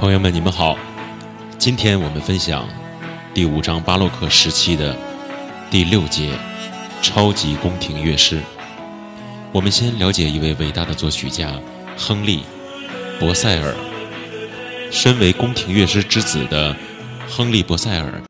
朋友们，你们好。今天我们分享第5章巴洛克时期的第6节超级宫廷乐师。我们先了解一位伟大的作曲家亨利·博塞尔。身为宫廷乐师之子的亨利·博塞尔